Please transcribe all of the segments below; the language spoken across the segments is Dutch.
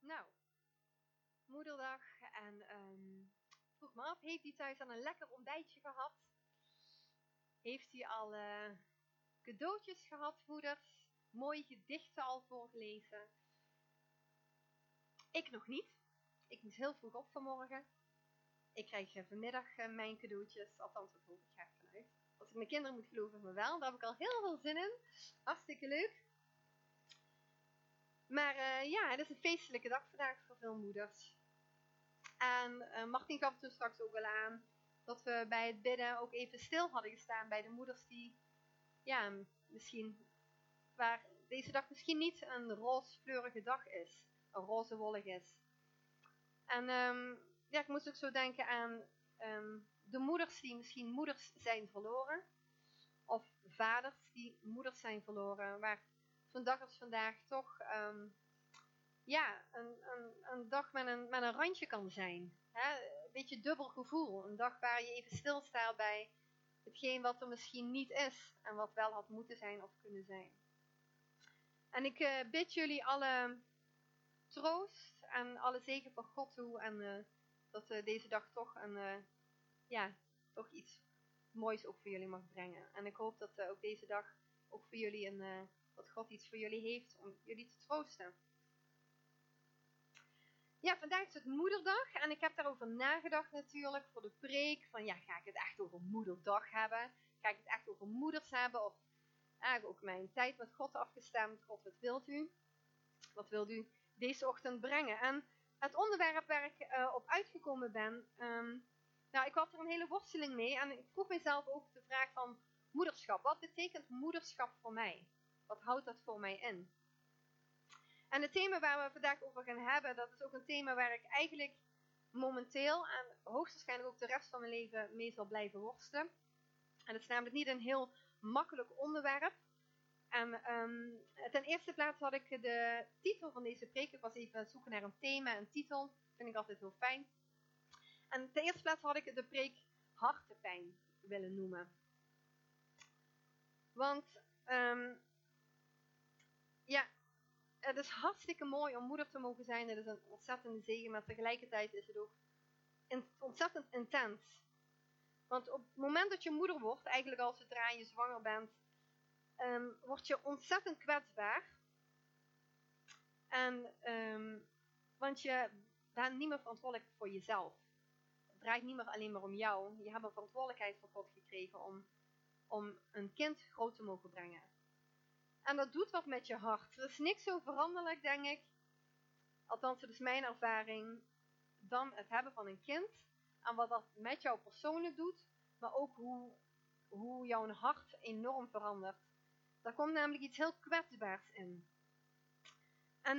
Nou, moederdag en vroeg me af, heeft hij thuis al een lekker ontbijtje gehad? Heeft hij al cadeautjes gehad, moeders? Mooie gedichten al voorgelezen? Ik nog niet. Ik moest heel vroeg op vanmorgen. Ik krijg vanmiddag mijn cadeautjes, althans dat hoop ik graag vanuit. Als ik mijn kinderen moet geloven, me wel. Daar heb ik al heel veel zin in. Hartstikke leuk. Maar ja, het is een feestelijke dag vandaag voor veel moeders. En Martin gaf het toen straks ook al aan dat we bij het bidden ook even stil hadden gestaan bij de moeders die, ja, misschien, waar deze dag misschien niet een rooskleurige dag is, een rozewollig is. En ja, ik moest ook zo denken aan de moeders die misschien moeders zijn verloren, of vaders die moeders zijn verloren, waar zo'n dag als vandaag toch ja, een dag met een randje kan zijn. Hè? Een beetje dubbel gevoel. Een dag waar je even stilstaat bij hetgeen wat er misschien niet is. En wat wel had moeten zijn of kunnen zijn. En ik bid jullie alle troost en alle zegen van God toe. En dat deze dag toch, ja, toch iets moois ook voor jullie mag brengen. En ik hoop dat ook deze dag ook voor jullie dat God iets voor jullie heeft om jullie te troosten. Ja, vandaag is het moederdag en ik heb daarover nagedacht natuurlijk voor de preek. Van ja, ga ik het echt over moederdag hebben? Ga ik het echt over moeders hebben? Of heb ik ook mijn tijd met God afgestemd? God, wat wilt u? Wat wilt u deze ochtend brengen? En het onderwerp waar ik op uitgekomen ben, nou, ik had er een hele worsteling mee. En ik vroeg mezelf ook de vraag van moederschap. Wat betekent moederschap voor mij? Wat houdt dat voor mij in? En het thema waar we vandaag over gaan hebben, dat is ook een thema waar ik eigenlijk momenteel en hoogstwaarschijnlijk ook de rest van mijn leven mee zal blijven worstelen. En het is namelijk niet een heel makkelijk onderwerp. En ten eerste plaats had ik de titel van deze preek. Ik was even zoeken naar een thema, een titel. Dat vind ik altijd heel fijn. En ten eerste plaats had ik de preek hartepijn willen noemen. Want ja, het is hartstikke mooi om moeder te mogen zijn. Het is een ontzettende zegen, maar tegelijkertijd is het ook ontzettend intens. Want op het moment dat je moeder wordt, eigenlijk al zodra je zwanger bent, word je ontzettend kwetsbaar. En want je bent niet meer verantwoordelijk voor jezelf. Het draait niet meer alleen maar om jou. Je hebt een verantwoordelijkheid van God gekregen om een kind groot te mogen brengen. En dat doet wat met je hart. Er is niks zo veranderlijk, denk ik, althans dat is mijn ervaring, dan het hebben van een kind. En wat dat met jou persoonlijk doet, maar ook hoe jouw hart enorm verandert. Daar komt namelijk iets heel kwetsbaars in. En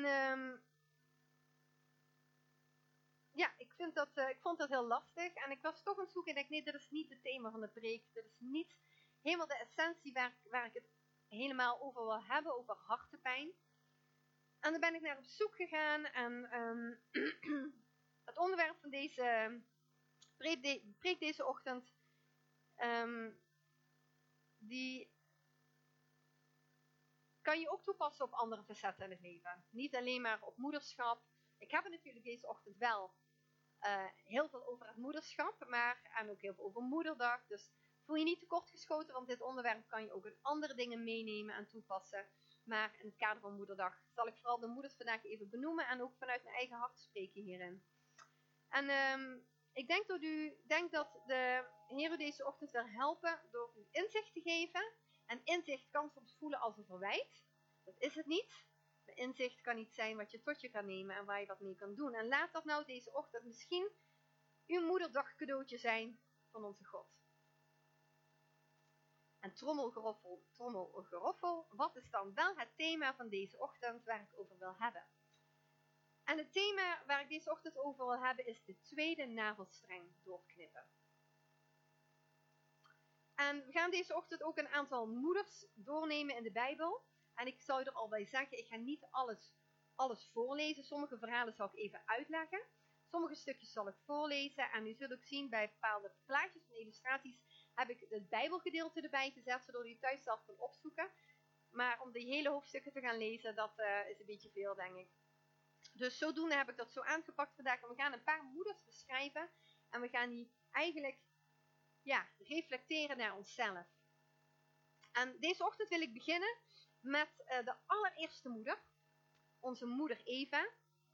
ja, ik vond dat heel lastig. En ik was toch aan het zoeken en ik dacht, nee, dit is niet het thema van de preek. Dit is niet helemaal de essentie waar ik het helemaal over wil hebben, over hartepijn. En dan ben ik naar op zoek gegaan en het onderwerp van deze preek deze ochtend, die kan je ook toepassen op andere facetten in het leven. Niet alleen maar op moederschap. Ik heb het natuurlijk deze ochtend wel heel veel over het moederschap, en ook heel veel over moederdag. Dus voel je niet tekortgeschoten, want dit onderwerp kan je ook in andere dingen meenemen en toepassen. Maar in het kader van moederdag zal ik vooral de moeders vandaag even benoemen en ook vanuit mijn eigen hart spreken hierin. En ik denk dat u denkt dat de Heer u deze ochtend wil helpen door u inzicht te geven. En inzicht kan soms voelen als een verwijt. Dat is het niet. De inzicht kan iets zijn wat je tot je kan nemen en waar je wat mee kan doen. En laat dat nou deze ochtend misschien uw moederdag cadeautje zijn van onze God. En trommelgeroffel, wat is dan wel het thema van deze ochtend waar ik over wil hebben? En het thema waar ik deze ochtend over wil hebben is de tweede navelstreng doorknippen. En we gaan deze ochtend ook een aantal moeders doornemen in de Bijbel. En ik zou er al bij zeggen, ik ga niet alles voorlezen. Sommige verhalen zal ik even uitleggen. Sommige stukjes zal ik voorlezen. En u zult ook zien bij bepaalde plaatjes en illustraties heb ik het Bijbelgedeelte erbij gezet, zodat u thuis zelf kan opzoeken. Maar om die hele hoofdstukken te gaan lezen, dat is een beetje veel, denk ik. Dus zodoende heb ik dat zo aangepakt vandaag. En we gaan een paar moeders beschrijven. En we gaan die eigenlijk reflecteren naar onszelf. En deze ochtend wil ik beginnen met de allereerste moeder. Onze moeder Eva.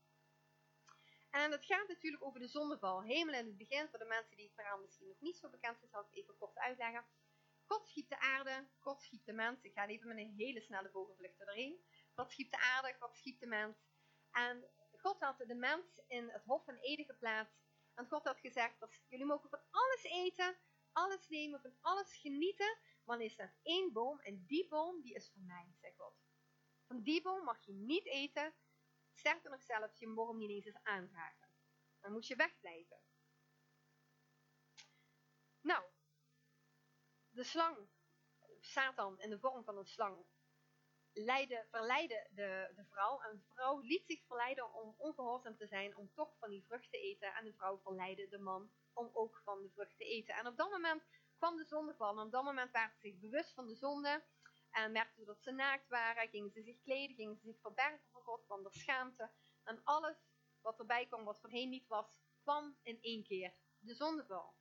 En het gaat natuurlijk over de zondeval. Helemaal in het begin, voor de mensen die het verhaal misschien nog niet zo bekend zijn, zal ik het even kort uitleggen. God schiep de aarde, God schiep de mens. Ik ga even met een hele snelle vogelvlucht erheen. God schiep de aarde, God schiep de mens. En God had de mens in het Hof van Eden geplaatst. En God had gezegd, jullie mogen van alles eten, alles nemen, van alles genieten. Maar er staat één boom en die boom die is voor mij, zegt God. Van die boom mag je niet eten. Sterker nog zelfs, je mag hem niet eens aanraken. Dan moet je wegblijven. Nou, de slang, Satan in de vorm van een slang, verleidde de vrouw. En de vrouw liet zich verleiden om ongehoorzaam te zijn, om toch van die vrucht te eten. En de vrouw verleidde de man om ook van de vrucht te eten. En op dat moment kwam de zondeval. En op dat moment waren ze zich bewust van de zonde. En merkten ze dat ze naakt waren. Gingen ze zich kleden, gingen ze zich verbergen voor God, kwam er schaamte. En alles wat erbij kwam, wat voorheen niet was, kwam in één keer. De zondeval.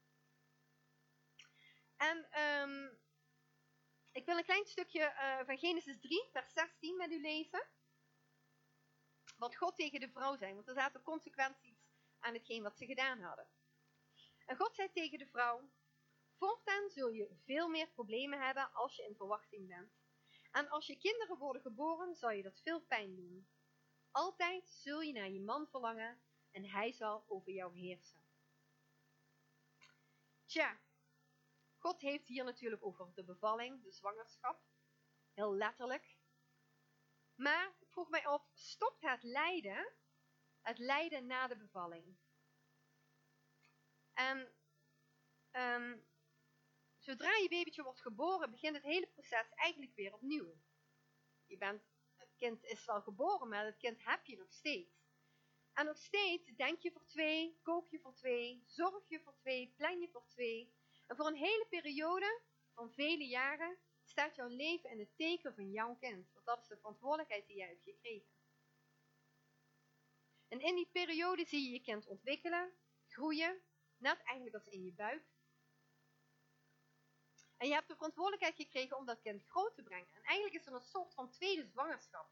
En ik wil een klein stukje van Genesis 3, vers 16 met u lezen. Wat God tegen de vrouw zei, want er zaten consequenties aan hetgeen wat ze gedaan hadden. En God zei tegen de vrouw, voortaan zul je veel meer problemen hebben als je in verwachting bent. En als je kinderen worden geboren, zal je dat veel pijn doen. Altijd zul je naar je man verlangen en hij zal over jou heersen. Tja, God heeft hier natuurlijk over de bevalling, de zwangerschap. Heel letterlijk. Maar ik vroeg mij af, stopt het lijden na de bevalling? En zodra je babytje wordt geboren, begint het hele proces eigenlijk weer opnieuw. Het kind is wel geboren, maar het kind heb je nog steeds. En nog steeds denk je voor 2, kook je voor 2, zorg je voor 2, plan je voor 2. En voor een hele periode van vele jaren staat jouw leven in het teken van jouw kind. Want dat is de verantwoordelijkheid die jij hebt gekregen. En in die periode zie je je kind ontwikkelen, groeien, net eigenlijk als in je buik. En je hebt de verantwoordelijkheid gekregen om dat kind groot te brengen. En eigenlijk is er een soort van tweede zwangerschap.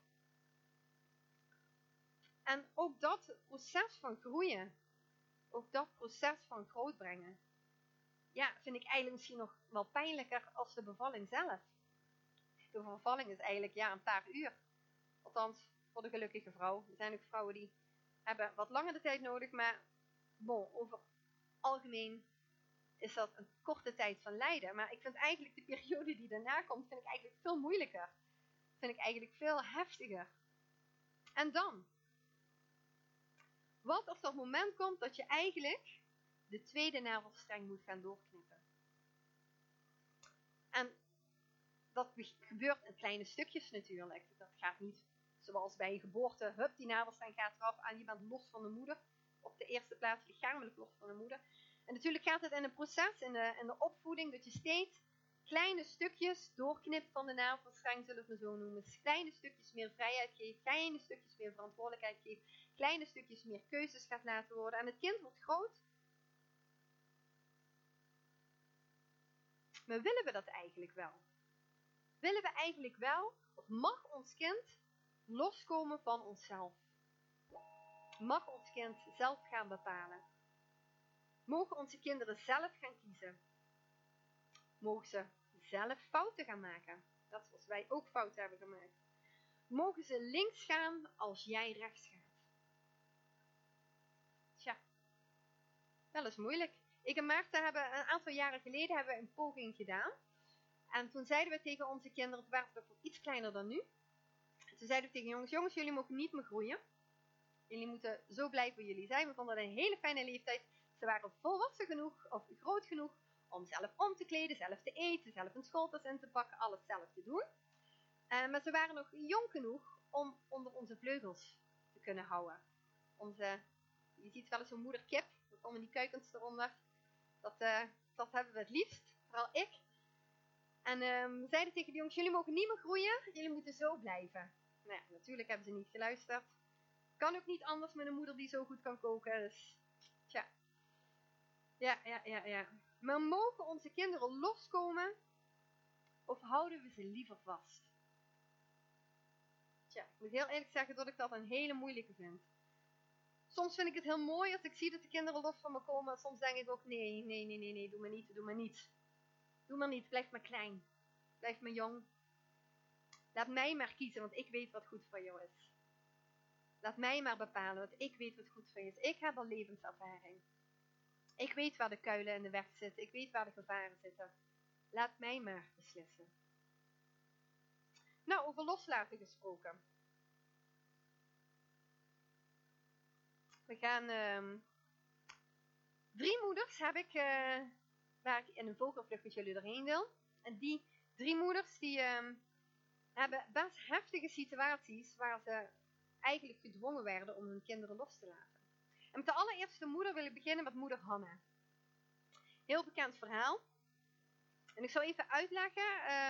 En ook dat proces van groeien, ook dat proces van grootbrengen, vind ik eigenlijk misschien nog wel pijnlijker als de bevalling zelf. De bevalling is eigenlijk een paar uur. Althans, voor de gelukkige vrouw. Er zijn ook vrouwen die hebben wat langer de tijd nodig, maar over algemeen is dat een korte tijd van lijden. Maar ik vind eigenlijk de periode die daarna komt, vind ik eigenlijk veel moeilijker. Vind ik eigenlijk veel heftiger. En dan? Wat als dat moment komt dat je eigenlijk de tweede navelstreng moet gaan doorknippen? En dat gebeurt in kleine stukjes natuurlijk. Dat gaat niet zoals bij een geboorte, hup, die navelstreng gaat eraf en je bent los van de moeder. Op de eerste plaats lichamelijk los van de moeder. En natuurlijk gaat het in een proces, in de opvoeding, dat je steeds kleine stukjes doorknipt van de navelstreng, zullen we het zo noemen. Dus kleine stukjes meer vrijheid geeft, kleine stukjes meer verantwoordelijkheid geeft, kleine stukjes meer keuzes gaat laten worden. En het kind wordt groot. Maar willen we dat eigenlijk wel? Willen we eigenlijk wel, of mag ons kind loskomen van onszelf? Mag ons kind zelf gaan bepalen? Mogen onze kinderen zelf gaan kiezen? Mogen ze zelf fouten gaan maken? Dat zoals wij ook fouten hebben gemaakt. Mogen ze links gaan als jij rechts gaat? Tja, wel eens moeilijk. Ik en Maarten hebben een aantal jaren geleden een poging gedaan. En toen zeiden we tegen onze kinderen, het waren ze iets kleiner dan nu. Toen zeiden we tegen jongens, jullie mogen niet meer groeien. Jullie moeten zo blijven waar jullie zijn. We vonden dat een hele fijne leeftijd. Ze waren volwassen genoeg, of groot genoeg, om zelf om te kleden, zelf te eten, zelf een schooltas in te pakken, alles zelf te doen. Maar ze waren nog jong genoeg om onder onze vleugels te kunnen houden. Je ziet wel eens een moederkip, er komen die kuikens eronder. Dat hebben we het liefst, vooral ik. En we zeiden tegen de jongens, jullie mogen niet meer groeien, jullie moeten zo blijven. Nou ja, natuurlijk hebben ze niet geluisterd. Kan ook niet anders met een moeder die zo goed kan koken. Dus, tja. Ja. Maar mogen onze kinderen loskomen of houden we ze liever vast? Tja, ik moet heel eerlijk zeggen dat ik dat een hele moeilijke vind. Soms vind ik het heel mooi als ik zie dat de kinderen los van me komen. Soms denk ik ook, nee, doe maar niet. Doe maar niet, blijf maar klein. Blijf maar jong. Laat mij maar kiezen, want ik weet wat goed voor jou is. Laat mij maar bepalen, want ik weet wat goed voor je is. Ik heb al levenservaring. Ik weet waar de kuilen in de weg zitten. Ik weet waar de gevaren zitten. Laat mij maar beslissen. Nou, over loslaten gesproken. We gaan 3 moeders heb ik, waar ik in een vogelvlucht met jullie doorheen wil. En die 3 moeders die hebben best heftige situaties waar ze eigenlijk gedwongen werden om hun kinderen los te laten. En met de allereerste moeder wil ik beginnen met moeder Hanna. Heel bekend verhaal. En ik zal even uitleggen.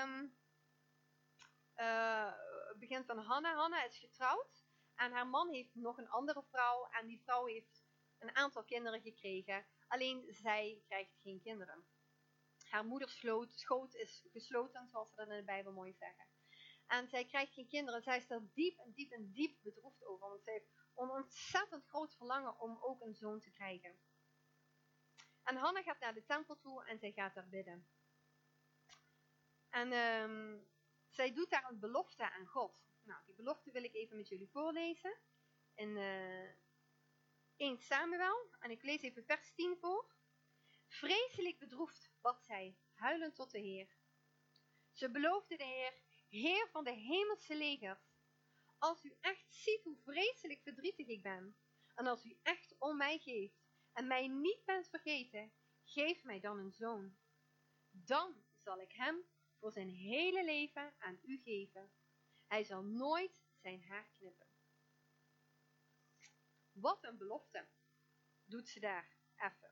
Het begin van Hanna. Hanna is getrouwd. En haar man heeft nog een andere vrouw. En die vrouw heeft een aantal kinderen gekregen. Alleen zij krijgt geen kinderen. Haar moeders schoot is gesloten, zoals ze dat in de Bijbel mooi zeggen. En zij krijgt geen kinderen. Zij is er diep bedroefd over. Want zij heeft een ontzettend groot verlangen om ook een zoon te krijgen. En Hanna gaat naar de tempel toe en zij gaat daar bidden. En zij doet daar een belofte aan God. Nou, die belofte wil ik even met jullie voorlezen. In 1 Samuel. En ik lees even vers 10 voor. Vreselijk bedroefd bad zij, huilend tot de Heer. Ze beloofde de Heer, Heer van de hemelse legers, als u echt ziet hoe vreselijk verdrietig ik ben, en als u echt om mij geeft, en mij niet bent vergeten, geef mij dan een zoon. Dan zal ik hem voor zijn hele leven aan u geven. Hij zal nooit zijn haar knippen. Wat een belofte, doet ze daar even.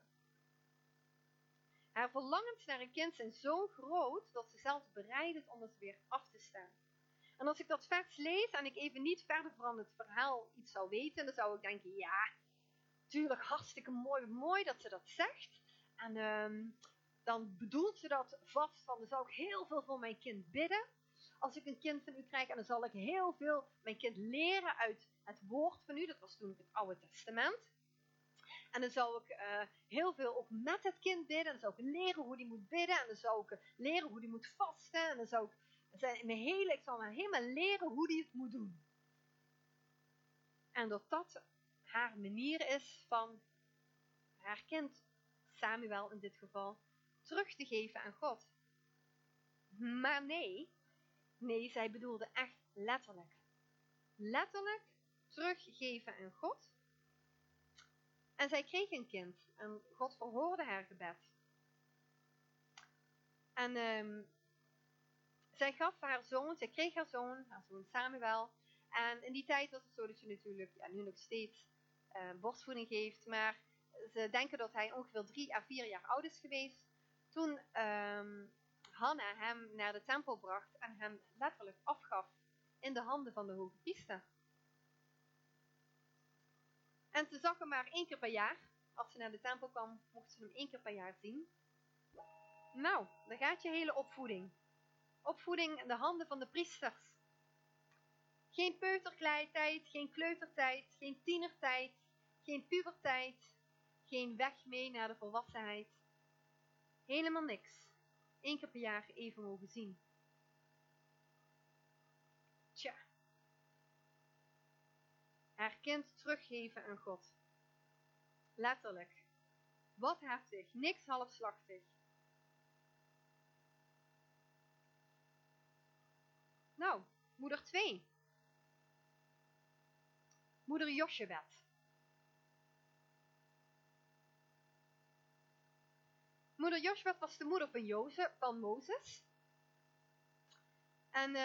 Haar verlangens naar een kind zijn zo groot, dat ze zelfs bereid is om het weer af te staan. En als ik dat vers lees en ik even niet verder van het verhaal iets zou weten, dan zou ik denken, ja, tuurlijk hartstikke mooi dat ze dat zegt. En dan bedoelt ze dat vast van, dan zou ik heel veel voor mijn kind bidden. Als ik een kind van u krijg, en dan zal ik heel veel mijn kind leren uit het woord van u. Dat was toen het Oude Testament. En dan zou ik heel veel ook met het kind bidden. En dan zou ik leren hoe die moet bidden. En dan zou ik leren hoe die moet vasten. En dan zou ik ik zal me helemaal leren hoe die het moet doen. En dat haar manier is van haar kind, Samuel in dit geval, terug te geven aan God. Maar nee, zij bedoelde echt letterlijk. Letterlijk teruggeven aan God. En zij kreeg een kind. En God verhoorde haar gebed. En zij kreeg haar zoon Samuel. En in die tijd was het zo dat je natuurlijk, nu nog steeds, borstvoeding geeft. Maar ze denken dat hij ongeveer 3 à 4 jaar oud is geweest. Toen Hanna hem naar de tempel bracht en hem letterlijk afgaf in de handen van de hoge priester. En ze zag hem maar 1 keer per jaar. Als ze naar de tempel kwam, mocht ze hem 1 keer per jaar zien. Nou, daar gaat je hele opvoeding. Opvoeding in de handen van de priesters. Geen peutertijd, geen kleutertijd, geen tienertijd, geen pubertijd, geen weg mee naar de volwassenheid. Helemaal niks. 1 keer per jaar even mogen zien. Tja. Haar kind teruggeven aan God. Letterlijk. Wat heftig, niks halfslachtig. Nou, moeder 2. Moeder Jochebed. Moeder Jochebed was de moeder van Mozes. En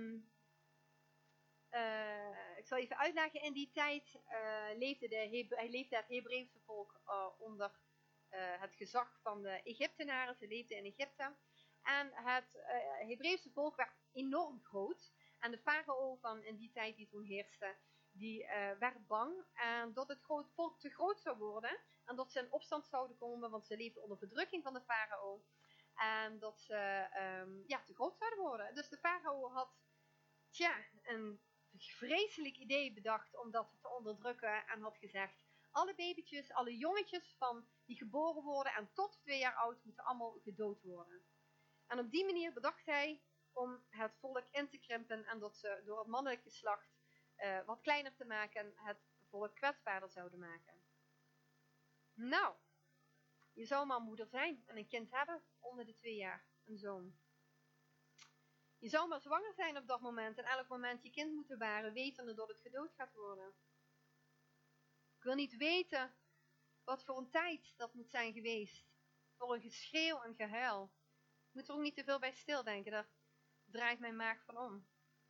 ik zal even uitleggen, in die tijd leefde het Hebreeuwse volk onder het gezag van de Egyptenaren. Ze leefden in Egypte. En het Hebreeuwse volk werd enorm groot. En de farao van in die tijd die toen heerste, die werd bang en dat het volk te groot zou worden en dat ze in opstand zouden komen, want ze leefden onder verdrukking van de farao en dat ze te groot zouden worden. Dus de farao had een vreselijk idee bedacht om dat te onderdrukken en had gezegd: alle babytjes, alle jongetjes die geboren worden en tot 2 jaar oud moeten allemaal gedood worden. En op die manier bedacht hij om het volk in te krimpen en dat ze door het mannelijk geslacht wat kleiner te maken het volk kwetsbaarder zouden maken. Nou, je zou maar moeder zijn en een kind hebben onder de 2 jaar, een zoon. Je zou maar zwanger zijn op dat moment en elk moment je kind moeten baren, wetende dat het gedood gaat worden. Ik wil niet weten wat voor een tijd dat moet zijn geweest. Voor een geschreeuw en gehuil. Ik moet er ook niet te veel bij stildenken, daar draait mijn maag van om.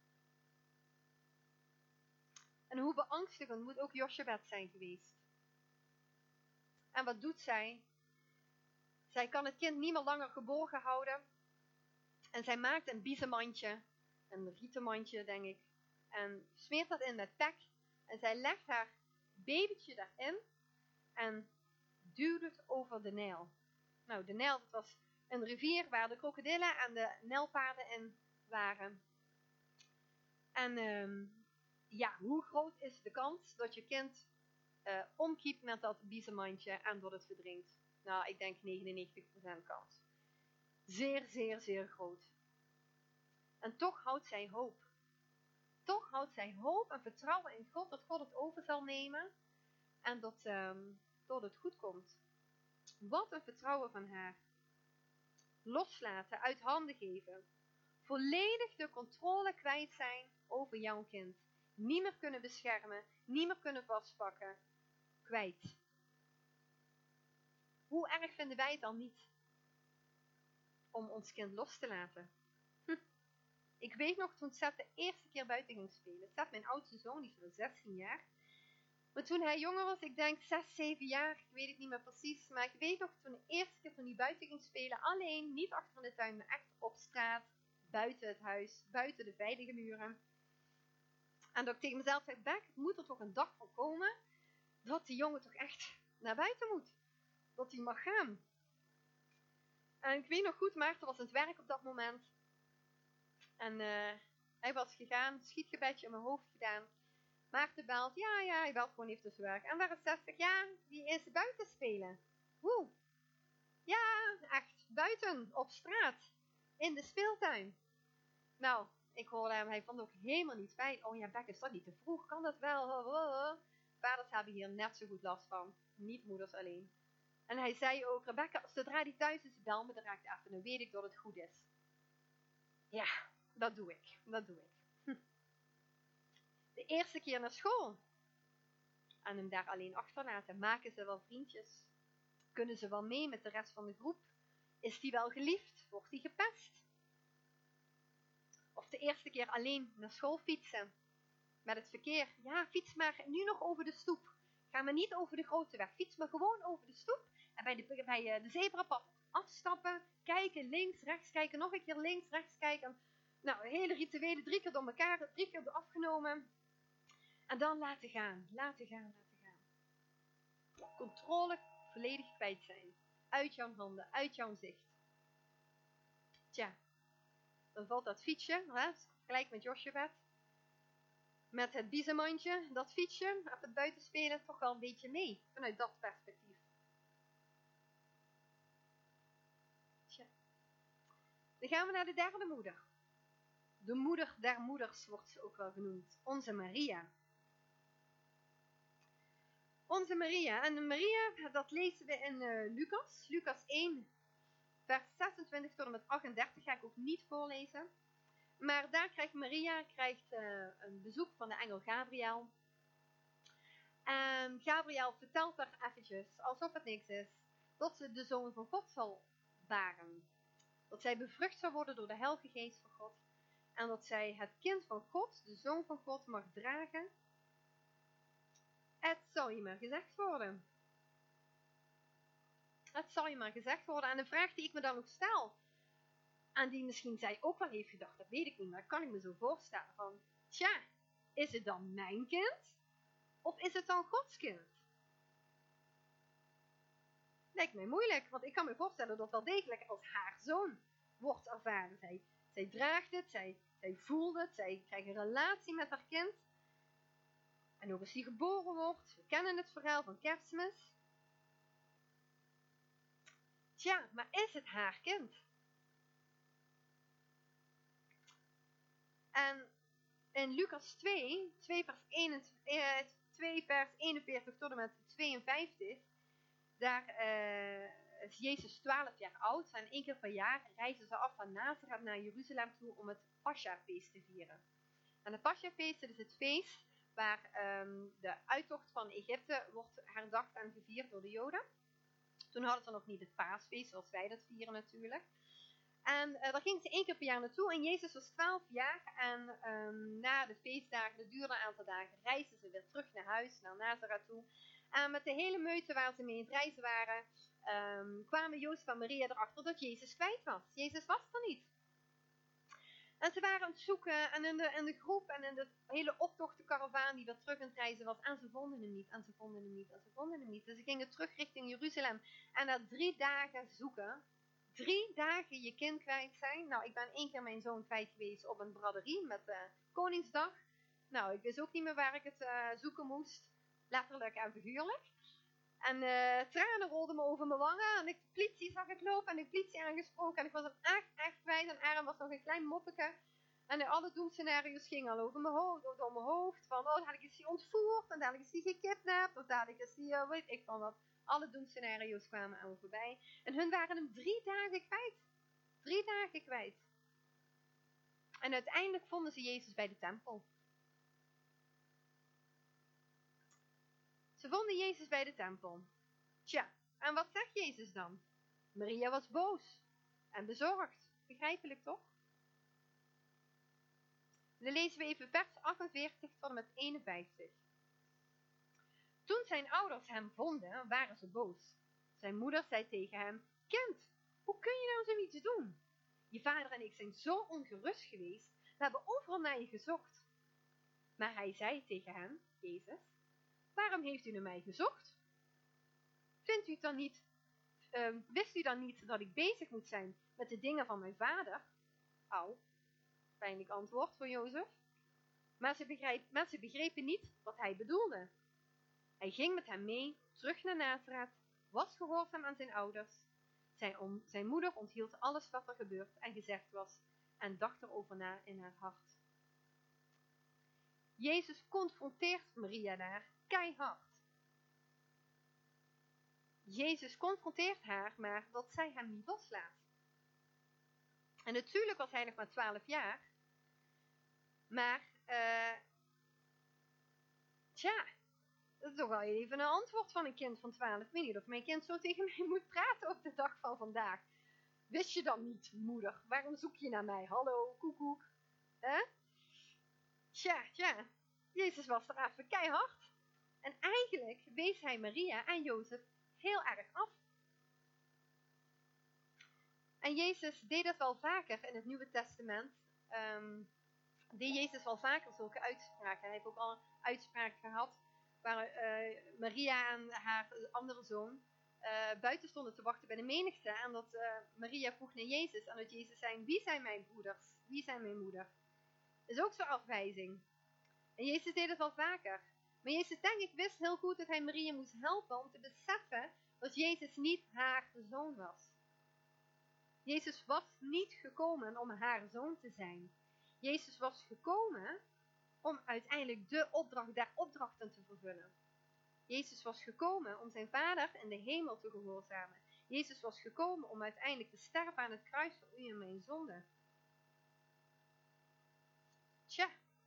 En hoe beangstigend moet ook Jochebed zijn geweest. En wat doet zij? Zij kan het kind niet meer langer geborgen houden. En zij maakt een biezenmandje, een rietenmandje denk ik. En smeert dat in met pek. En zij legt haar babytje daarin en duwt het over de Nijl. Nou, de Nijl, dat was een rivier waar de krokodillen en de nijlpaarden in waren. En hoe groot is de kans dat je kind omkiept met dat biezenmandje en dat het verdrinkt? Nou, ik denk 99% kans. Zeer, zeer, zeer groot. En toch houdt zij hoop. Toch houdt zij hoop en vertrouwen in God, dat God het over zal nemen en dat het goed komt. Wat een vertrouwen van haar. Loslaten, uit handen geven. Volledig de controle kwijt zijn over jouw kind. Niet meer kunnen beschermen, niet meer kunnen vastpakken. Kwijt. Hoe erg vinden wij het dan niet om ons kind los te laten? Ik weet nog toen Seth de eerste keer buiten ging spelen. Seth, mijn oudste zoon, die is nu 16 jaar. Maar toen hij jonger was, ik denk 6, 7 jaar, ik weet het niet meer precies. Maar ik weet nog toen de eerste keer toen hij buiten ging spelen, alleen, niet achter in de tuin, maar echt op straat, buiten het huis, buiten de veilige muren. En dat ik tegen mezelf zei: Beck, het moet er toch een dag voor komen dat die jongen toch echt naar buiten moet. Dat hij mag gaan. En ik weet nog goed, Maarten was aan het werk op dat moment. En hij was gegaan, schietgebedje in mijn hoofd gedaan. Maarten belt, ja, hij belt gewoon even tussen werk. En waar is 60? Ja, die is buiten spelen. Hoe? Ja, echt, buiten, op straat, in de speeltuin. Nou, ik hoorde hem, hij vond het ook helemaal niet fijn. Oh ja, Beck, is dat niet te vroeg? Kan dat wel? Vaders hebben hier net zo goed last van, niet moeders alleen. En hij zei ook: Rebecca, zodra hij thuis is, bel me direct even, dan weet ik dat het goed is. Ja, dat doe ik. De eerste keer naar school. En hem daar alleen achterlaten. Maken ze wel vriendjes? Kunnen ze wel mee met de rest van de groep? Is die wel geliefd? Wordt die gepest? Of de eerste keer alleen naar school fietsen. Met het verkeer. Ja, fiets maar nu nog over de stoep. Ga maar niet over de grote weg. Fiets maar gewoon over de stoep. En bij de zebrapad afstappen. Kijken, links, rechts kijken. Nog een keer links, rechts kijken. Nou, hele rituelen 3 keer door elkaar. 3 keer afgenomen. En dan laten gaan. Controle volledig kwijt zijn. Uit jouw handen, uit jouw zicht. Tja, dan valt dat fietsje, gelijk met Jochebed. Met het biezenmandje, dat fietsje, op het buitenspelen, toch wel een beetje mee. Vanuit dat perspectief. Tja. Dan gaan we naar de derde moeder. De moeder der moeders wordt ze ook wel genoemd. Onze Maria. Onze Maria. En Maria, dat lezen we in Lucas. Lucas 1, vers 26 tot en met 38 ga ik ook niet voorlezen. Maar daar krijgt Maria een bezoek van de engel Gabriel. En Gabriel vertelt haar eventjes, alsof het niks is, dat ze de Zoon van God zal baren. Dat zij bevrucht zal worden door de Heilige Geest van God. En dat zij het kind van God, de Zoon van God, mag dragen. Het zal je maar gezegd worden. Het zal je maar gezegd worden. En de vraag die ik me dan ook stel, en die misschien zij ook wel heeft gedacht, dat weet ik niet, maar dat kan ik me zo voorstellen. Van, tja, is het dan mijn kind? Of is het dan Gods kind? Lijkt mij moeilijk, want ik kan me voorstellen dat wel degelijk als haar zoon wordt ervaren. Zij draagt het, zij voelt het, zij krijgt een relatie met haar kind. En ook als die geboren wordt, we kennen het verhaal van Kerstmis. Tja, maar is het haar kind? En in Lucas 2 vers 41 tot en met 52, daar is Jezus 12 jaar oud. En 1 keer per jaar reizen ze af van Nazareth naar Jeruzalem toe om het Pascha-feest te vieren. En het Pascha-feest is het feest waar de uittocht van Egypte wordt herdacht en gevierd door de Joden. Toen hadden ze nog niet het paasfeest zoals wij dat vieren natuurlijk. En daar gingen ze 1 keer per jaar naartoe. En Jezus was 12 jaar. En na de feestdagen, dat duurde een aantal dagen, reisden ze weer terug naar huis, naar Nazareth toe. En met de hele meute waar ze mee in het reizen waren, kwamen Jozef en Maria erachter dat Jezus kwijt was. Jezus was er niet. En ze waren aan het zoeken en in de groep en in de hele optochtenkaravaan die weer terug aan het reizen was. En ze vonden hem niet, en ze vonden hem niet, en ze vonden hem niet. Dus ze gingen terug richting Jeruzalem. En na 3 dagen zoeken, 3 dagen je kind kwijt zijn. Nou, ik ben 1 keer mijn zoon kwijt geweest op een braderie met Koningsdag. Nou, ik wist ook niet meer waar ik het zoeken moest. Letterlijk en figuurlijk. En tranen rolden me over mijn wangen. En de politie zag ik lopen en de politie aangesproken. En ik was hem echt kwijt. En Aaron was nog een klein moppeke. En alle doemscenario's gingen al over mijn hoofd. Door mijn hoofd. Van, dadelijk is hij ontvoerd. En dadelijk is hij gekidnapt. Of dadelijk is hij, weet ik van wat. Alle doemscenario's kwamen aan me voorbij. En hun waren hem 3 dagen kwijt. 3 dagen kwijt. En uiteindelijk vonden ze Jezus bij de tempel. Ze vonden Jezus bij de tempel. Tja, en wat zegt Jezus dan? Maria was boos en bezorgd. Begrijpelijk toch? Dan lezen we even vers 48 tot en met 51. Toen zijn ouders hem vonden, waren ze boos. Zijn moeder zei tegen hem: Kind, hoe kun je nou zoiets doen? Je vader en ik zijn zo ongerust geweest. We hebben overal naar je gezocht. Maar hij zei tegen hem, Jezus: Waarom heeft u naar mij gezocht? Vindt u het dan niet? Wist u dan niet dat ik bezig moet zijn met de dingen van mijn vader? Au, pijnlijk antwoord voor Jozef. Maar ze begrepen niet wat hij bedoelde. Hij ging met hem mee, terug naar Nazareth, was gehoorzaam aan zijn ouders. Zijn moeder onthield alles wat er gebeurd en gezegd was en dacht erover na in haar hart. Jezus confronteert Maria daar keihard. Jezus confronteert haar, maar dat zij hem niet loslaat. En natuurlijk was hij nog maar 12 jaar. Maar, dat is toch wel even een antwoord van een kind van 12. Ik weet niet of mijn kind zo tegen mij moet praten op de dag van vandaag. Wist je dan niet, moeder? Waarom zoek je naar mij? Hallo, koekoek. Tja. Jezus was er even keihard. En eigenlijk wees hij Maria en Jozef heel erg af. En Jezus deed dat wel vaker in het Nieuwe Testament. Deed Jezus wel vaker zulke uitspraken. Hij heeft ook al een uitspraak gehad waar Maria en haar andere zoon buiten stonden te wachten bij de menigte. En dat Maria vroeg naar Jezus. En dat Jezus zei: wie zijn mijn broeders? Wie zijn mijn moeder? Dat is ook zo'n afwijzing. En Jezus deed het wel vaker. Maar Jezus, denk ik, wist heel goed dat hij Maria moest helpen om te beseffen dat Jezus niet haar zoon was. Jezus was niet gekomen om haar zoon te zijn. Jezus was gekomen om uiteindelijk de opdracht der opdrachten te vervullen. Jezus was gekomen om zijn vader in de hemel te gehoorzamen. Jezus was gekomen om uiteindelijk te sterven aan het kruis voor u en mijn zonde. Tja.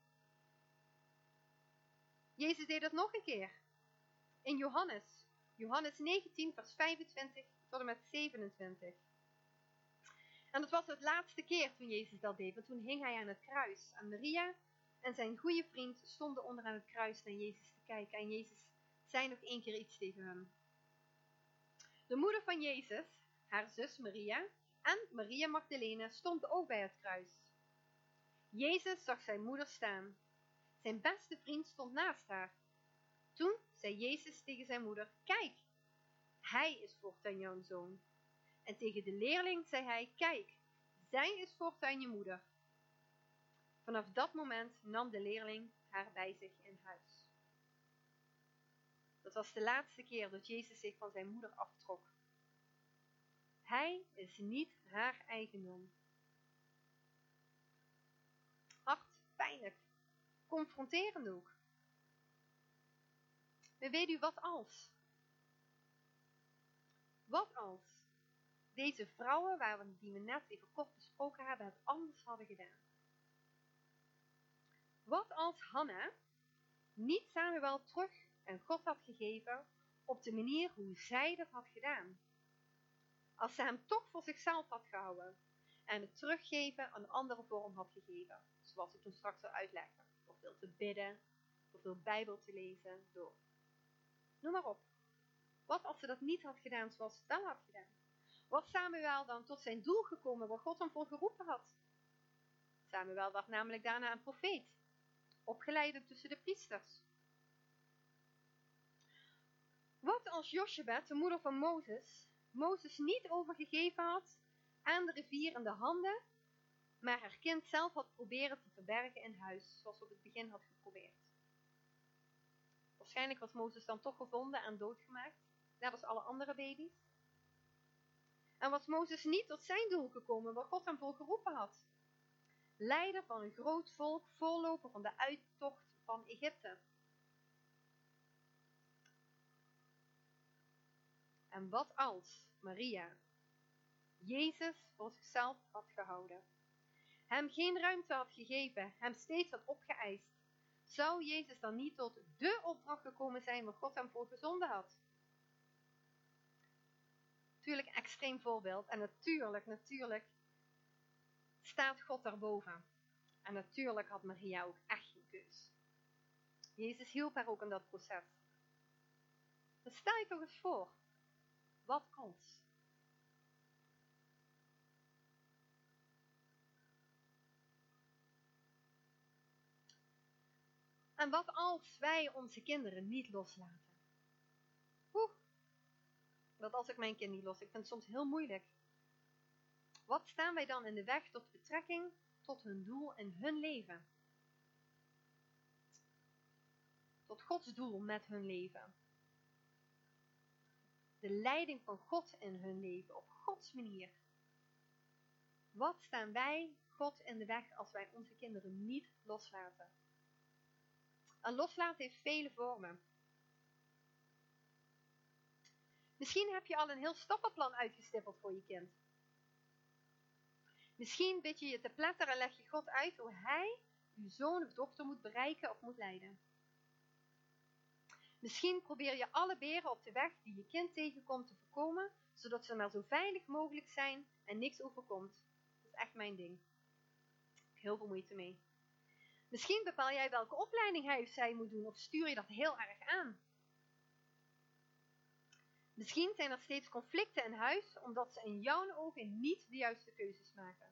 Jezus deed dat nog een keer. In Johannes 19 vers 25 tot en met 27. En dat was het laatste keer toen Jezus dat deed, want toen hing hij aan het kruis. En Maria en zijn goede vriend stonden onderaan het kruis naar Jezus te kijken. En Jezus zei nog 1 keer iets tegen hem. De moeder van Jezus, haar zus Maria en Maria Magdalena stonden ook bij het kruis. Jezus zag zijn moeder staan Zijn beste vriend stond naast haar. Toen zei Jezus tegen zijn moeder, kijk, hij is voortaan jouw zoon. En tegen de leerling zei hij, kijk, zij is voortaan je moeder. Vanaf dat moment nam de leerling haar bij zich in huis. Dat was de laatste keer dat Jezus zich van zijn moeder aftrok. Hij is niet haar eigendom. Hard, pijnlijk, confronterend ook. Maar weet u wat als? Wat als deze vrouwen die we net even kort besproken hebben, het anders hadden gedaan? Wat als Hanna niet Samuel terug aan God had gegeven op de manier hoe zij dat had gedaan? Als ze hem toch voor zichzelf had gehouden en het teruggeven een andere vorm had gegeven, zoals ik toen straks al uitlegde, door veel te bidden, door veel Bijbel te lezen, door noem maar op. Wat als ze dat niet had gedaan zoals ze het wel had gedaan? Was Samuel dan tot zijn doel gekomen waar God hem voor geroepen had? Samuel werd namelijk daarna een profeet, opgeleid tussen de priesters. Wat als Jochebed, de moeder van Mozes niet overgegeven had aan de rivier in de handen, maar haar kind zelf had proberen te verbergen in huis, zoals ze op het begin had geprobeerd. Waarschijnlijk was Mozes dan toch gevonden en doodgemaakt, net als alle andere baby's. En was Mozes niet tot zijn doel gekomen waar God hem voor geroepen had? Leider van een groot volk, voorloper van de uittocht van Egypte. En wat als Maria Jezus voor zichzelf had gehouden, hem geen ruimte had gegeven, hem steeds had opgeëist? Zou Jezus dan niet tot de opdracht gekomen zijn waar God hem voor gezonden had? Natuurlijk een extreem voorbeeld. En natuurlijk staat God daarboven. En natuurlijk had Maria ook echt geen keus. Jezus hielp haar ook in dat proces. Dus stel je toch eens voor, wat als? En wat als wij onze kinderen niet loslaten? Dat als ik mijn kind niet los, ik vind het soms heel moeilijk. Wat staan wij dan in de weg tot betrekking tot hun doel in hun leven? Tot Gods doel met hun leven. De leiding van God in hun leven, op Gods manier. Wat staan wij God in de weg als wij onze kinderen niet loslaten? En loslaten heeft vele vormen. Misschien heb je al een heel stappenplan uitgestippeld voor je kind. Misschien bid je je te pletter en leg je God uit hoe hij uw zoon of dochter moet bereiken of moet leiden. Misschien probeer je alle beren op de weg die je kind tegenkomt te voorkomen, zodat ze maar zo veilig mogelijk zijn en niks overkomt. Dat is echt mijn ding. Ik heb heel veel moeite mee. Misschien bepaal jij welke opleiding hij of zij moet doen of stuur je dat heel erg aan. Misschien zijn er steeds conflicten in huis omdat ze in jouw ogen niet de juiste keuzes maken.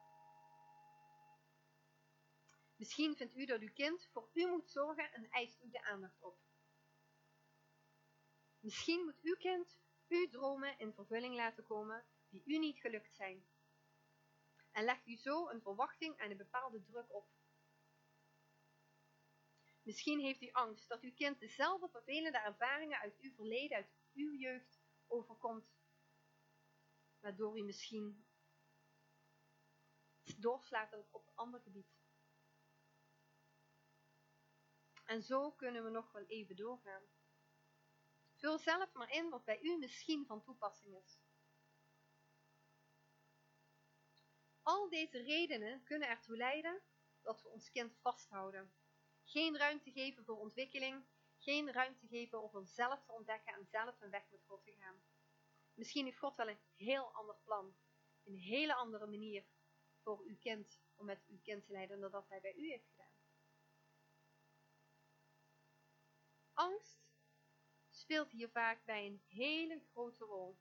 Misschien vindt u dat uw kind voor u moet zorgen en eist u de aandacht op. Misschien moet uw kind uw dromen in vervulling laten komen die u niet gelukt zijn. En legt u zo een verwachting en een bepaalde druk op. Misschien heeft u angst dat uw kind dezelfde vervelende ervaringen uit uw verleden, uit uw jeugd overkomt. Waardoor u misschien doorslaat op een ander gebied. En zo kunnen we nog wel even doorgaan. Vul zelf maar in wat bij u misschien van toepassing is. Al deze redenen kunnen ertoe leiden dat we ons kind vasthouden. Geen ruimte geven voor ontwikkeling. Geen ruimte geven om zelf te ontdekken en zelf een weg met God te gaan. Misschien heeft God wel een heel ander plan. Een hele andere manier voor uw kind, om met uw kind te leiden dan dat hij bij u heeft gedaan. Angst speelt hier vaak bij een hele grote rol.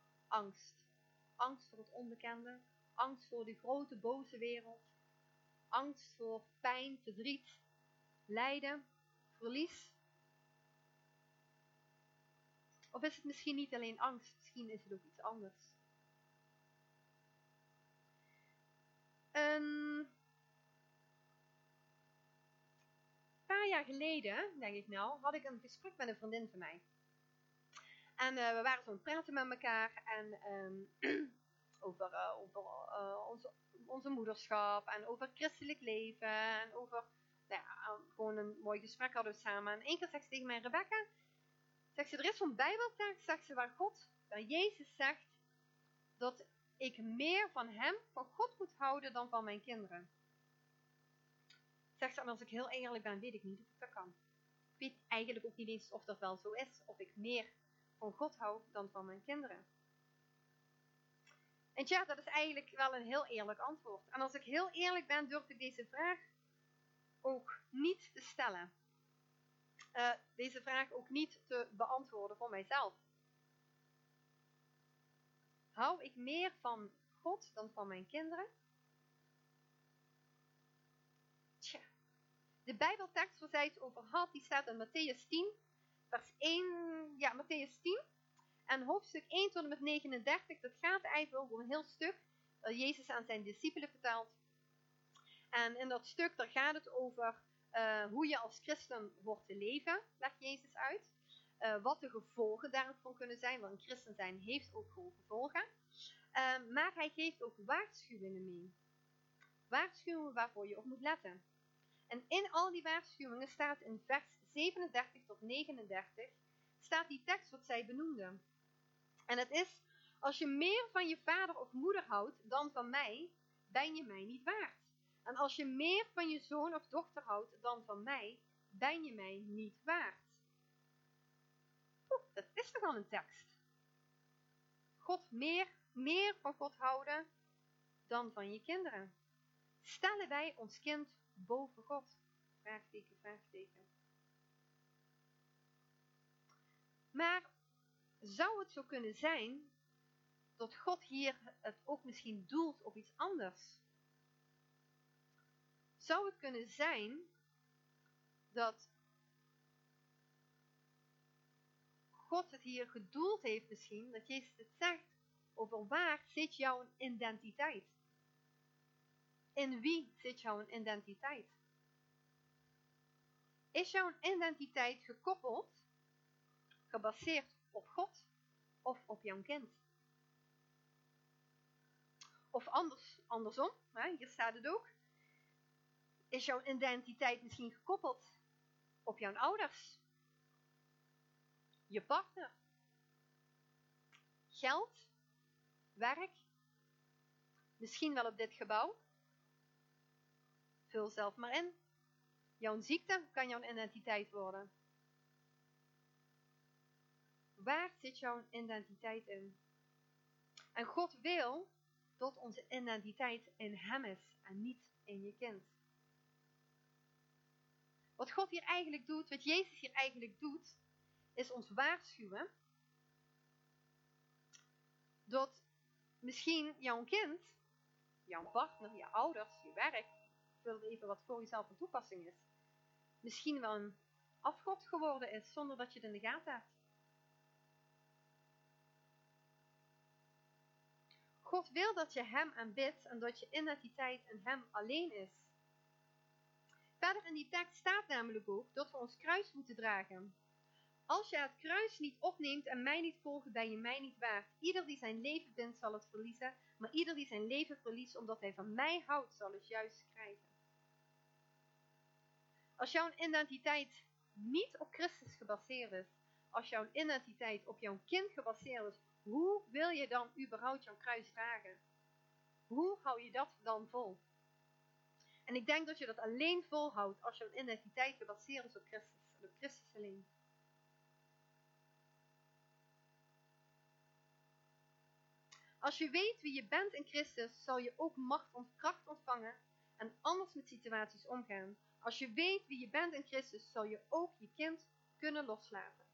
Angst. Angst voor het onbekende. Angst voor de grote boze wereld. angst voor pijn, verdriet, lijden, verlies? Of is het misschien niet alleen angst, misschien is het ook iets anders? Een paar jaar geleden, denk ik nou, had ik een gesprek met een vriendin van mij. En we waren zo aan het praten met elkaar en over onze moederschap en over christelijk leven en over, nou ja, gewoon een mooi gesprek hadden we samen. En één keer zegt ze tegen mij, Rebecca, zegt ze, er is zo'n bijbeltekst, zegt ze, waar Jezus zegt dat ik meer van hem, van God moet houden dan van mijn kinderen. Zegt ze, en als ik heel eerlijk ben, weet ik niet of ik dat kan. Ik weet eigenlijk ook niet eens of dat wel zo is, of ik meer van God hou dan van mijn kinderen. En ja, dat is eigenlijk wel een heel eerlijk antwoord. En als ik heel eerlijk ben, durf ik deze vraag ook niet te stellen. Deze vraag ook niet te beantwoorden voor mijzelf. Hou ik meer van God dan van mijn kinderen? Tja. De Bijbeltekst waar zij het over had, die staat in Matthäus 10, vers 1, ja, Matthäus 10. En hoofdstuk 1 tot en met 39, dat gaat eigenlijk over een heel stuk dat Jezus aan zijn discipelen vertelt. En in dat stuk, daar gaat het over hoe je als christen hoort te leven, legt Jezus uit. Wat de gevolgen daarvan kunnen zijn, want een christen zijn heeft ook gewoon gevolgen. Maar hij geeft ook waarschuwingen mee. Waarschuwingen waarvoor je op moet letten. En in al die waarschuwingen staat in vers 37 tot 39, staat die tekst wat zij benoemden. En het is, als je meer van je vader of moeder houdt dan van mij, ben je mij niet waard. En als je meer van je zoon of dochter houdt dan van mij, ben je mij niet waard. Dat is toch al een tekst. God meer van God houden dan van je kinderen. Stellen wij ons kind boven God? Vraagteken, vraagteken. Maar zou het zo kunnen zijn dat God hier het ook misschien doelt op iets anders? Zou het kunnen zijn dat God het hier gedoeld heeft misschien, dat Jezus het zegt over waar zit jouw identiteit? In wie zit jouw identiteit? Is jouw identiteit gekoppeld, gebaseerd op God of op jouw kind? Of andersom, hier staat het ook. Is jouw identiteit misschien gekoppeld op jouw ouders? Je partner? Geld? Werk? Misschien wel op dit gebouw? Vul zelf maar in. Jouw ziekte kan jouw identiteit worden. Waar zit jouw identiteit in? En God wil dat onze identiteit in hem is en niet in je kind. Wat God hier eigenlijk doet, wat Jezus hier eigenlijk doet, is ons waarschuwen dat misschien jouw kind, jouw partner, je ouders, je werk, vul even wat voor jezelf van toepassing is, misschien wel een afgod geworden is zonder dat je het in de gaten hebt. God wil dat je hem aanbidt en dat je identiteit in hem alleen is. Verder in die tekst staat namelijk ook dat we ons kruis moeten dragen. Als je het kruis niet opneemt en mij niet volgt, ben je mij niet waard. Ieder die zijn leven vindt, zal het verliezen. Maar ieder die zijn leven verliest, omdat hij van mij houdt, zal het juist krijgen. Als jouw identiteit niet op Christus gebaseerd is, als jouw identiteit op jouw kind gebaseerd is, hoe wil je dan überhaupt jouw kruis dragen? Hoe hou je dat dan vol? En ik denk dat je dat alleen volhoudt als jouw identiteit gebaseerd is op Christus. En op Christus alleen. Als je weet wie je bent in Christus, zal je ook macht en kracht ontvangen en anders met situaties omgaan. Als je weet wie je bent in Christus, zal je ook je kind kunnen loslaten.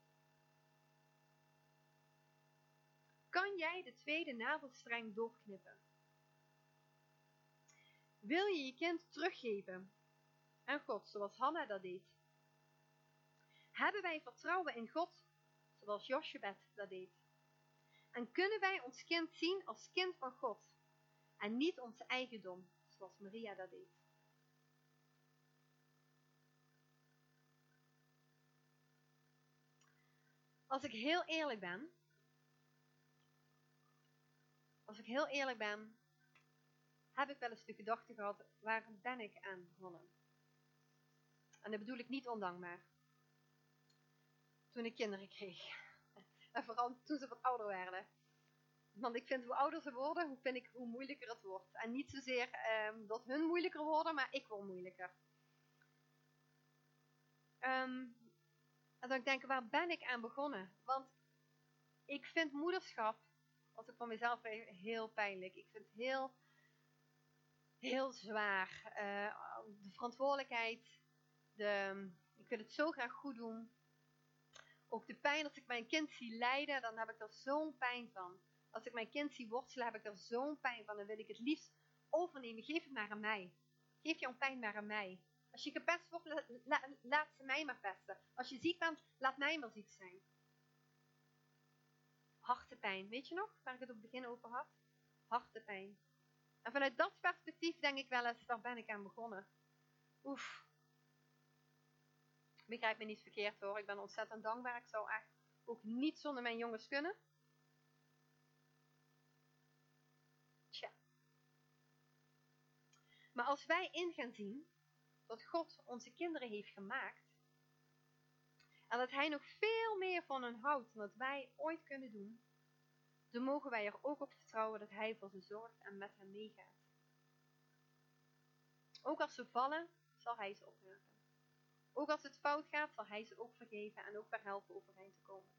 Kan jij de tweede navelstreng doorknippen? Wil je je kind teruggeven aan God, zoals Hanna dat deed? Hebben wij vertrouwen in God, zoals Jochebed dat deed? En kunnen wij ons kind zien als kind van God en niet ons eigendom, zoals Maria dat deed? Als ik heel eerlijk ben, heb ik wel eens de gedachte gehad, waar ben ik aan begonnen? En dat bedoel ik niet ondankbaar. Toen ik kinderen kreeg. En vooral toen ze wat ouder werden. Want ik vind hoe ouder ze worden, hoe moeilijker het wordt. En niet zozeer dat hun moeilijker worden, maar ik word moeilijker. En dan denk ik denken, waar ben ik aan begonnen? Want ik vind moederschap, als ik van mezelf weet, heel pijnlijk. Ik vind het heel, heel zwaar. De verantwoordelijkheid, ik wil het zo graag goed doen. Ook de pijn, als ik mijn kind zie lijden, dan heb ik er zo'n pijn van. Als ik mijn kind zie worstelen, heb ik er zo'n pijn van. Dan wil ik het liefst overnemen. Geef het maar aan mij. Geef jouw pijn maar aan mij. Als je gepest wordt, laat ze mij maar pesten. Als je ziek bent, laat mij maar ziek zijn. Hartepijn, weet je nog waar ik het op het begin over had? Hartepijn. En vanuit dat perspectief denk ik wel eens, waar ben ik aan begonnen? Oef. Begrijp me niet verkeerd hoor, ik ben ontzettend dankbaar. Ik zou echt ook niet zonder mijn jongens kunnen. Tja. Maar als wij in gaan zien dat God onze kinderen heeft gemaakt en dat Hij nog veel meer van hen houdt dan dat wij ooit kunnen doen, dan mogen wij er ook op vertrouwen dat Hij voor ze zorgt en met hen meegaat. Ook als ze vallen, zal Hij ze ophelpen. Ook als het fout gaat, zal Hij ze ook vergeven en ook weer helpen overeind te komen.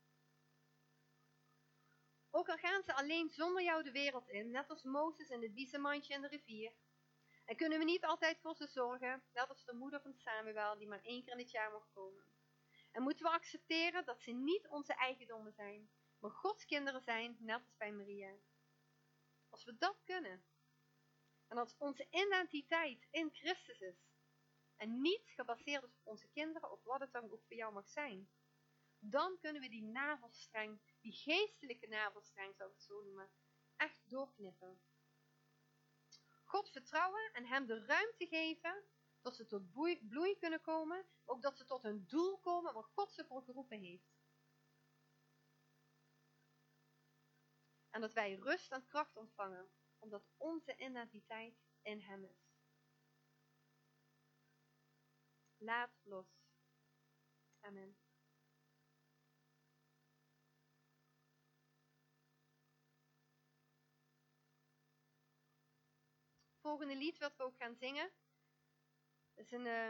Ook al gaan ze alleen zonder jou de wereld in, net als Mozes in het biezenmandje in de rivier. En kunnen we niet altijd voor ze zorgen, net als de moeder van Samuel die maar 1 keer in het jaar mag komen. En moeten we accepteren dat ze niet onze eigendommen zijn, maar Gods kinderen zijn, net als bij Maria. Als we dat kunnen, en als onze identiteit in Christus is, en niet gebaseerd is op onze kinderen of wat het dan ook voor jou mag zijn, dan kunnen we die navelstreng, die geestelijke navelstreng zou ik het zo noemen, echt doorknippen. God vertrouwen en hem de ruimte geven dat ze tot bloei kunnen komen, maar ook dat ze tot hun doel komen waar God ze voor geroepen heeft. En dat wij rust en kracht ontvangen, omdat onze identiteit in hem is. Laat los. Amen. Het volgende lied wat we ook gaan zingen, is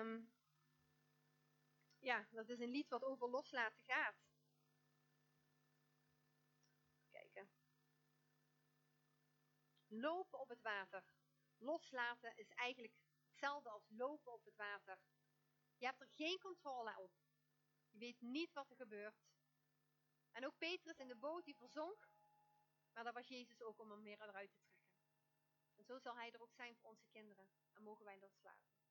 dat is een lied wat over loslaten gaat. Kijken. Lopen op het water. Loslaten is eigenlijk hetzelfde als lopen op het water. Je hebt er geen controle op. Je weet niet wat er gebeurt. En ook Petrus in de boot die verzonk, maar daar was Jezus ook om hem weer eruit te trekken. En zo zal hij er ook zijn voor onze kinderen. En mogen wij loslaten.